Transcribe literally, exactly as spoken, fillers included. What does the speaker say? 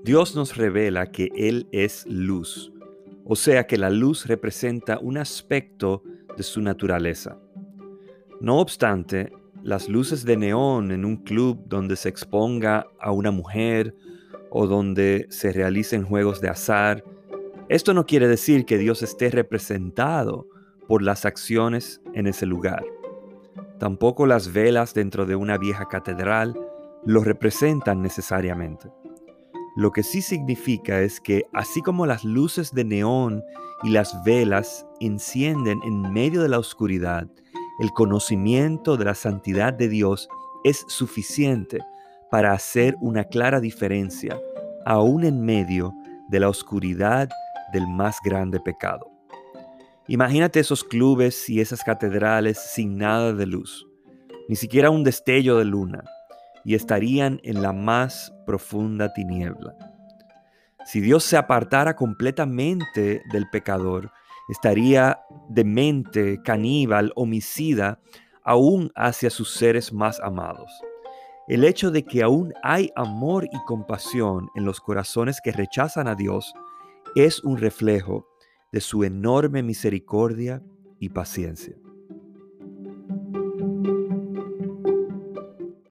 Dios nos revela que Él es luz, o sea que la luz representa un aspecto de su naturaleza. No obstante, las luces de neón en un club donde se exponga a una mujer o donde se realicen juegos de azar, esto no quiere decir que Dios esté representado por las acciones en ese lugar. Tampoco las velas dentro de una vieja catedral lo representan necesariamente. Lo que sí significa es que así como las luces de neón y las velas encienden en medio de la oscuridad, el conocimiento de la santidad de Dios es suficiente para hacer una clara diferencia, aún en medio de la oscuridad del más grande pecado. Imagínate esos clubes y esas catedrales sin nada de luz, ni siquiera un destello de luna, y estarían en la más profunda tiniebla. Si Dios se apartara completamente del pecador, estaría demente, caníbal, homicida, aún hacia sus seres más amados. El hecho de que aún hay amor y compasión en los corazones que rechazan a Dios es un reflejo de su enorme misericordia y paciencia.